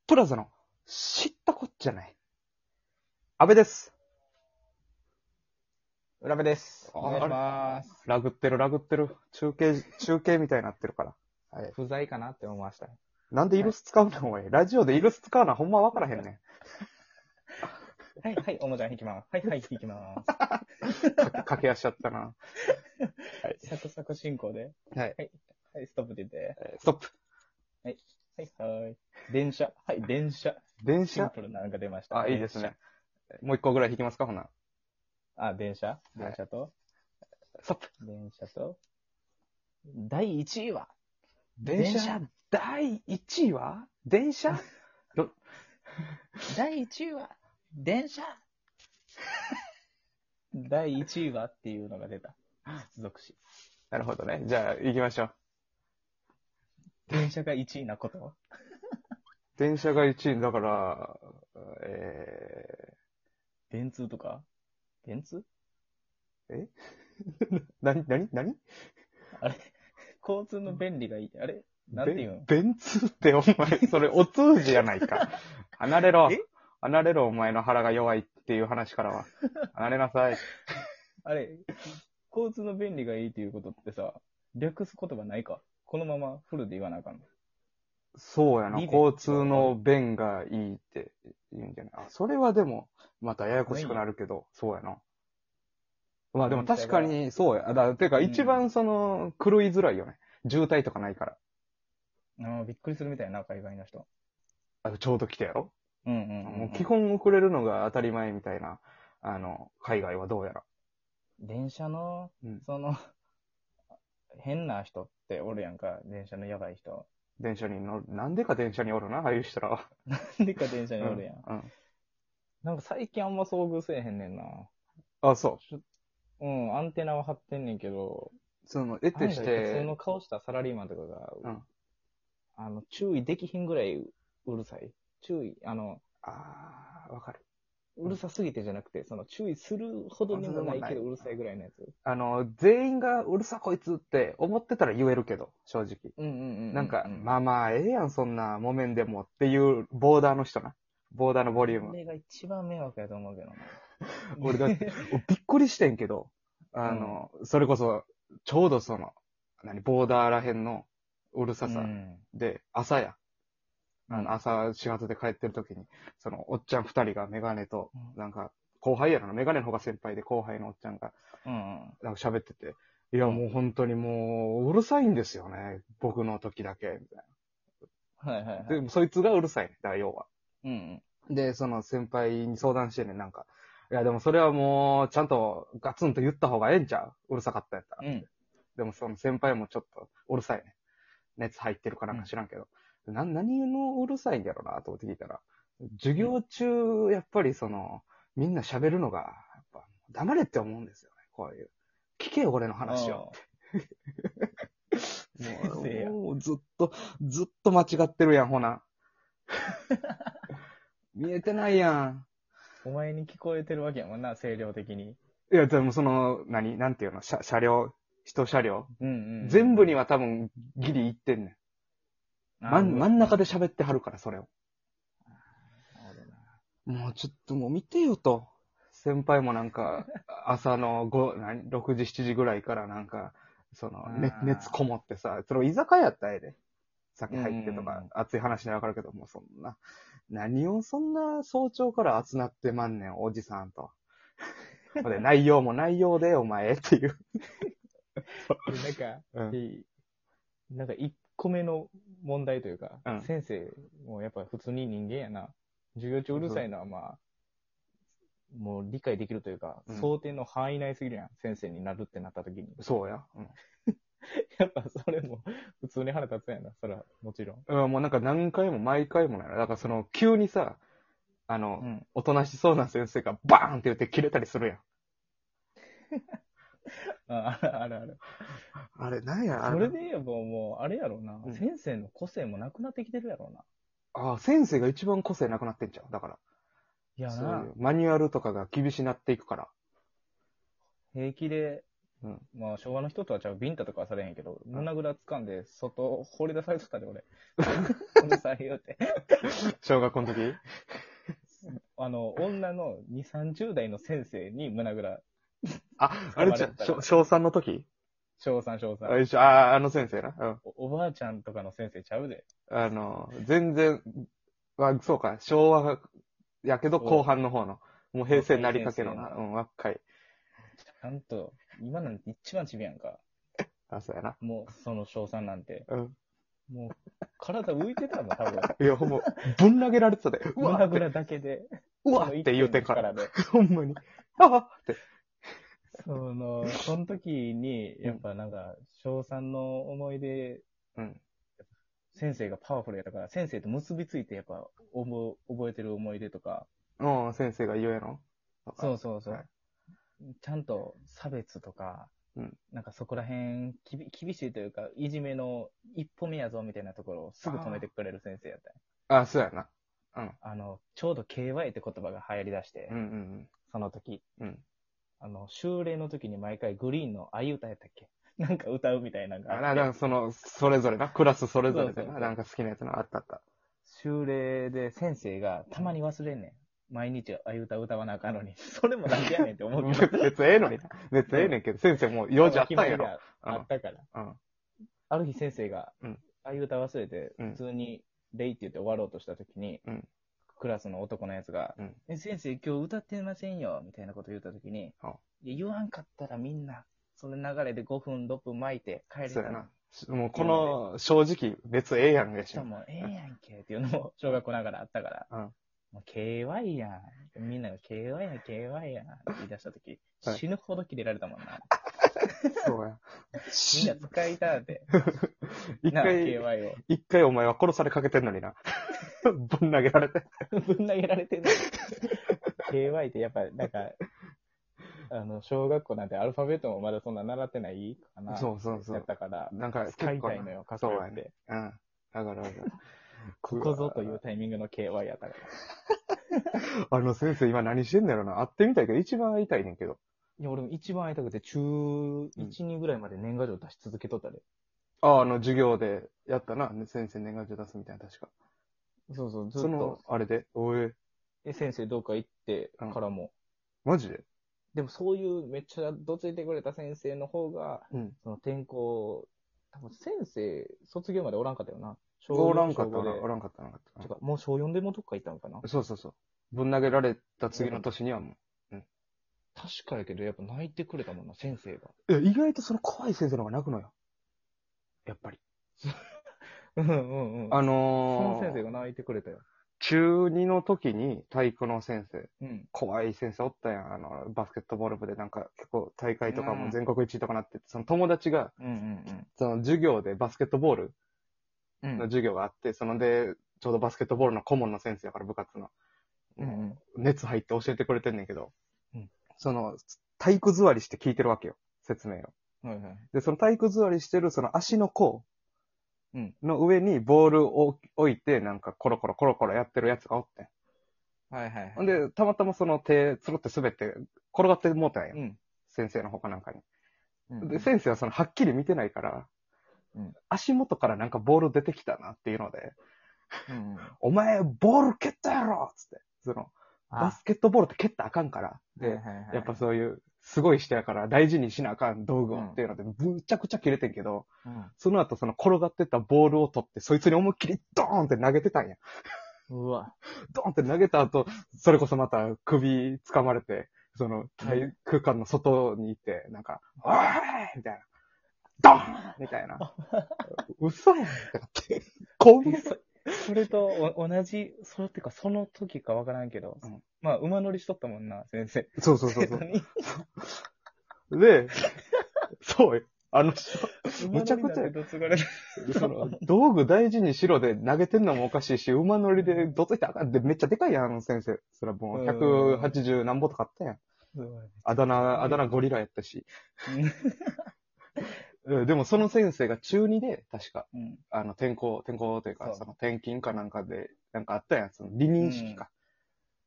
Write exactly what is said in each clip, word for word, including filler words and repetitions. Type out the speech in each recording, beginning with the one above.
プラザの知ったこっちゃない。安倍です。 浦部です。お願いしあます。 ラグってる、ラグってる。中継、中継みたいになってるから。はい。 不在かなって思いました。 なんでイルス使うのおい。ラジオでイルス使うのはほんまわからへんねん。 はい、はい、おもちゃ引きます。はい、はい、引きます。 か駆け足しちゃったな。はい。 サクサク進行で。 はい。 はい、はい、ストップって言って。 えーストップ。 はい、はい、はい。電車。はい、電車。 電車シンプルなのが出ました。 あ、いいですね。もう一個ぐらい引きますか、ほな。 あ、電車電車と、 ストップ。 電車と、だいいちいは電車だいいちいは電車どだいいちいは電車だいいちいはっていうのが出た。接続詞。 なるほどね。じゃあ、行きましょう。 電車がいちいなこと電車がいちいだから、え電通とか電通ー、えなに、なに、なにあれ交通の便利がいい。あれなんていうん便通ってお前、それお通じやないか。離れろえ。 離れろ、お前の腹が弱いっていう話からは。離れなさい。 あれ、交通の便利がいいっていうことってさ、略す言葉ないかこのままフルで言わなあかんの。 そうやな。 利便交通の便がいいって言うんじゃない。あ、それはでも、またややこしくなるけど、そうやな。まあでも確かに、そうや。だてか一番その、狂いづらいよね。渋滞とかないから。 ああ、びっくりするみたいな、海外の人。 あちょうど来てやろ。 うんうんうん、うん。 もう基本遅れるのが当たり前みたいな、あの、海外はどうやら。 電車の、 うん、 その、変な人っておるやんか、電車のやばい人。 電車に乗る。なんでか電車におるな、ああいう人らは。 なんでか電車におるやん。 うん。うん、 なんか最近あんま遭遇せえへんねんな。 あ、そう。 うん、アンテナは張ってんねんけど、 その、得て案外普して、 通の顔したサラリーマンとかが、 うん。 あの、注意できひんぐらいうるさい。注意、あの、 ああ、わかる。 うるさすぎてじゃなくて、その注意するほどにもないけどうるさいぐらいのやつ。 あの、全員がうるさこいつって思ってたら言えるけど、正直。 うんうんうんうん、うん。 なんか、まあまあ、ええやん、そんな、木綿でもっていうボーダーの人な。ボーダーのボリューム。 あれが一番迷惑やと思うけどな。 俺だって、びっくりしてんけど、あの、うん、それこそ、ちょうどその、何、ボーダーらへんのうるささで、うん、朝や。あの、朝始発で帰ってる時に、その、おっちゃん二人がメガネと、なんか、後輩やな、メガネの方が先輩で後輩のおっちゃんが、なんか喋ってて、いや、もう本当にもう、うるさいんですよね。僕の時だけ、みたいな。はいはいはい。 でも、そいつがうるさいね。だから、要は。 うんうん。で、その先輩に相談してね、なんか、いや、でもそれはもう、ちゃんとガツンと言った方がええんちゃううるさかったやったら。うん。でも、その先輩もちょっと、うるさいね。熱入ってるかなんか知らんけど。うん、な、何のうるさいんやろな、と思って聞いたら。授業中、やっぱりその、みんな喋るのが、やっぱ、黙れって思うんですよね。こういう。聞けよ、俺の話を。もう、もうずっと、ずっと間違ってるやん、ほな。見えてないやん。 お前に聞こえてるわけやもんな、声量的に。 いや、でもその、何なんていうの車、車両、一車両、 うんうんうんうん、 全部には多分、ギリ行ってんねん。真ん、真ん中で喋ってはるから、それを。もうちょっともう見てよと。先輩もなんか、朝のご、何、ろくじ、しちじぐらいからなんか、その、ね、熱こもってさ、それ居酒屋やったらええで。酒入ってとか、熱い話でわかるけど、もうそんな、何をそんな早朝から熱なってまんねん、おじさんと。で内容も内容で、お前っていう。 なんか、うん、なんか一個目の問題というか、うん、先生もやっぱ普通に人間やな。授業中うるさいのはまあ、もう理解できるというか、うん、想定の範囲内すぎるやん。先生になるってなった時に。 そうや。うん、 やっぱそれも普通に腹立つやな、それはもちろん。 うん、もうなんか何回も毎回もないな。だからその急にさ、あの、うん、おとなしそうな先生がバーンって言って切れたりするやん。 ああるあるある。 あれ、なんやそれで言えばもう、あれやろうな、うん。先生の個性もなくなってきてるやろうな。 ああ、先生が一番個性なくなってんちゃうだから。 いやな。 そういうマニュアルとかが厳しになっていくから。 平気でうん。 まあ、昭和の人とはちゃう、ビンタとかはされへんけど、胸ぐら掴んで、外、放り出されてたで、俺。うるさいよって。 小学校の時あの、女のに、さんじゅう代の先生に胸ぐらあ、あ掴れじゃん、 まれてたから。 小さんの時小さん、小あ、 さん。 一緒あ、あの先生な。うん。 お、おばあちゃんとかの先生ちゃうで。 あの、全然、あ、そうか、昭和やけど後そ半の方の、もうう。 平成にな若いりかけのな、 先生の、 うん、若い。 ちゃんと、今なんて一番ちびやんか。 あ、そうやな。 もう、その小さんなんて。 うん。 もう、体浮いてたもん、多分。 いや、ほんま、ぶん投げられてたで。うわって、 胸ぐらだけで。 うわって言うてんから。ほんまに。ああって。 その、その時に、やっぱなんか、小さんの思い出、 うん。 先生がパワフルやったから、先生と結びついてやっぱ、覚覚えてる思い出とか、 うん、先生が言うやろそうそうそう、 はい、 ちゃんと差別とか、 うん、 なんかそこら辺きび、厳しいというか、いじめの一歩目やぞみたいなところをすぐ止めてくれる先生やったんや。 あ、そうやな。うん。 あの、ちょうど ケーワイ って言葉が流行り出して、 うんうんその時。 うん。うん。 あの、修例の時に毎回グリーンのあいう歌やったっけなんか歌うみたいなのがあ、な、 あって。 な、その、それぞれな、クラスそれぞれでな、 そうそうそうなんか好きなやつな、あったあった。 修例で先生がたまに忘れんねん。毎日あいう歌歌わなあかんのに。それもなんでやねんって思うけど。 別ええのにな。別ええねんけど、先生もう用事あったんやろ。 あったから。 うん。 ある日先生が、 うん。 あいう歌忘れて、 うん普通に、レイって言って終わろうとした時に、 うん。 クラスの男のやつが、 うん。 え、先生今日歌ってませんよ、みたいなこと言った時に、 あ、 いや言わんかったらみんな、その流れでごふん、ろっぷん巻いて帰れたのに。 そうやな。もうこの、正直、別ええやんやしそう、もうええやんけっていうのも小学校ながらあったから、 うん。 もう ケーワイ やん。みんなが ケーワイ やん、ケーワイ やんって言い出した時、 はい死ぬほどキレられたもんな。 そうや。 みんな使いたって。な、 一回、 ケーワイ を。 一回お前は殺されかけてんのにな。ぶん投げられて。 ぶん投げられてるのに。ケーワイ ってやっぱ、なんか、あの、小学校なんてアルファベットもまだそんな習ってないかな。 そうそうそう。 やったから、 なんか、 使いたいのよ、かっこよくて。 うん。だから、 ここぞというタイミングの ケーワイ やったから。 あの先生今何してんだろうな。会ってみたいけど、一番会いたいねんけど。 いや、俺も一番会いたくて、中いち、にぐらいまで年賀状出し続けとったで。 ああ、あの、授業でやったな。先生年賀状出すみたいな、確か。 そうそう、ずっそのと。、 あれで、おえ、 え、先生どうか行ってからも。 マジででもそういうめっちゃどついてくれた先生の方が、 うん。 その転校、多分先生、卒業までおらんかったよな。 おらんかったな。 小ごでおらんかったなかった。 てか、もう小よんでもどっか行ったのかな。 そうそうそう。ぶん投げられた次の年にはも確かやけど、やっぱ泣いてくれたもんな、先生が。 う。いや、意外とその怖い先生の方が泣くのよ。やっぱり。 うんうんうん。 あそののー、 先生が泣いてくれたよ。 中にの時に体育の先生、 うん。 怖い先生おったやん。あの、バスケットボール部でなんか結構大会とかも全国一位とかなってて、その友達が、 うんうんその授業でバスケットボールうん。 の授業があって、そので、ちょうどバスケットボールの顧問の先生やから部活の。 うんうん熱入って教えてくれてんねんけど、 うんその、体育座りして聞いてるわけよ。説明を。 はいはい。 で、その体育座りしてるその足の甲うん。 の上にボールを置いて、なんかコロコロコロコロやってるやつがおってん。 はいはいはい。 ほんで、たまたまその手、つるって滑って転がってもうたんよ。 うん。 先生の他なんかに。 うん。 で、先生はそのはっきり見てないから、 うん足元からなんかボール出てきたなっていうので、 うんうん。 お前、ボール蹴ったやろつって。その、 あバスケットボールって蹴ったらあかんから。で、 はいはいはいやっぱそういう、すごい人やから大事にしなあかん道具をうんっていうので、ぶちゃくちゃ切れてんけど、 うん。 その後その転がってたボールを取って、そいつに思いっきりドーンって投げてたんや。 うわ。 ドーンって投げた後、それこそまた首掴まれて、その体育館の外に行って、なんか、おーいみたいな。ドーンみたいな。嘘やんってなって。こんな。 そそれとお同じ、それってかその時かわからんけど、 うんまあ馬乗りしとったもんな、先生。 そうそうそうそ生徒にう。で、そうよ。あの人、 馬むちゃくちゃ乗りなんてどつがれる。 その、道具大事にしろで投げてんのもおかしいし、馬乗りでどついてあかんってめっちゃでかいやん、あの先生。それはもうひゃくはちじゅう何ぼとかあったやん。あだ名、あだ名ゴリラやったし。うんでもその先生が中にで、確か、 うん。 あの、転校、転校というか、 そうその転勤かなんかで、なんかあったやん、その離任式か。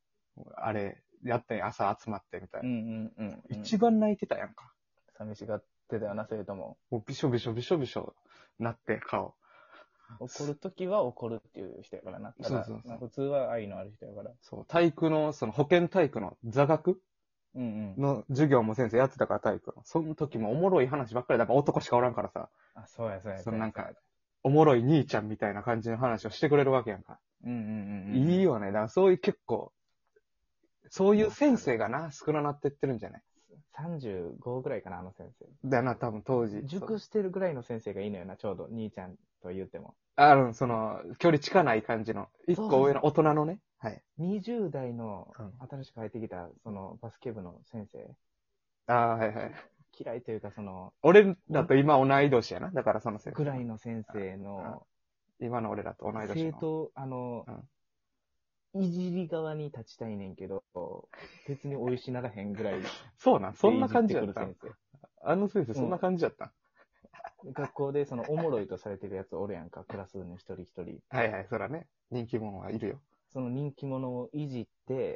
あれ、やってん朝集まってみたいうんな。 うんうんうん。 一番泣いてたやんか。 寂しがってたよな、生徒も。 もうびしょびしょびしょびしょなって顔。 怒るときは怒るっていう人やからな。ただそうそうそうまあ普通は愛のある人やから。 そう、体育の、その保健体育の座学うんうん。 の授業も先生やってたから体育の。その時もおもろい話ばっかりだから男しかおらんからさ。 あ、そうやそうや。 そのなんか、おもろい兄ちゃんみたいな感じの話をしてくれるわけやんか。 うんうんうんうん。 いいよね。だからそういう結構、そういう先生がな、少ななってってるんじゃない？ さんじゅうごぐらいかな、あの先生。 だよな、多分当時。 熟してるぐらいの先生がいいのよな、ちょうど。兄ちゃんと言っても。 あの、その、距離近ない感じの、一個上の大人のね。はい。 にじゅう代のうん新しく入ってきた、その、バスケ部の先生。 ああ、はいはい。 嫌いというか、その、 俺だと今同い年やな。だからその先生。 ぐらいの先生の、 今の俺らと同い年の。 生徒、あの、いじり側に立ちたいねんけど、別に美味しならへんぐらい。 そうなん、そんな感じやった。 先生。 あの先生、そんな感じやった。 うん、学校でそのおもろいとされてるやつおるやんか、クラスの一人一人。 はいはい、そらね。人気者はいるよ。 その人気者をいじって、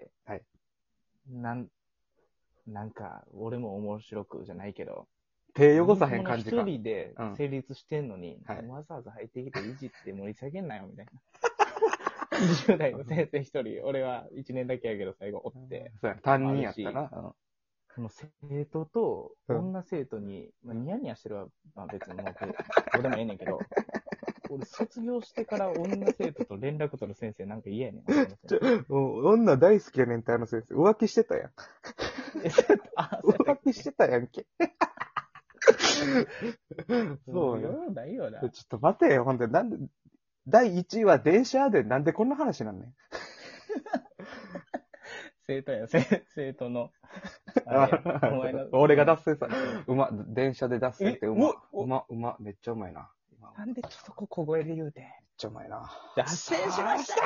はい。 なん、なんか、俺も面白くじゃないけど、 手汚さへん感じか。 一人で成立してんのに、 うんはい、 わざわざ入ってきていじって盛り下げんなよ、みたいな。にじゅう代の先生一人、俺はいちねんだけやけど最後おって。 そうや、担任やったな。うん、 その生徒と女生徒に、まあ、ニヤニヤしてるは、まあ、別にもう、どうでもええねんけど、俺卒業してから女生徒と連絡取る先生なんか嫌やねん。 もう女大好きやねんってあの先生。浮気してたやん。浮気してたやんけ。そうよ。 ないよな。 ちょっと待てよ、ほんで、なんで、だいいちいは電車でなんでこんな話なんねん。 生徒や、生徒の。 お前の俺が脱線さ、うま、電車で脱線ってうま、うま、うま、めっちゃうまいな。 なんでちょっとこ小声で言うて。めっちゃうまいな。 脱線しました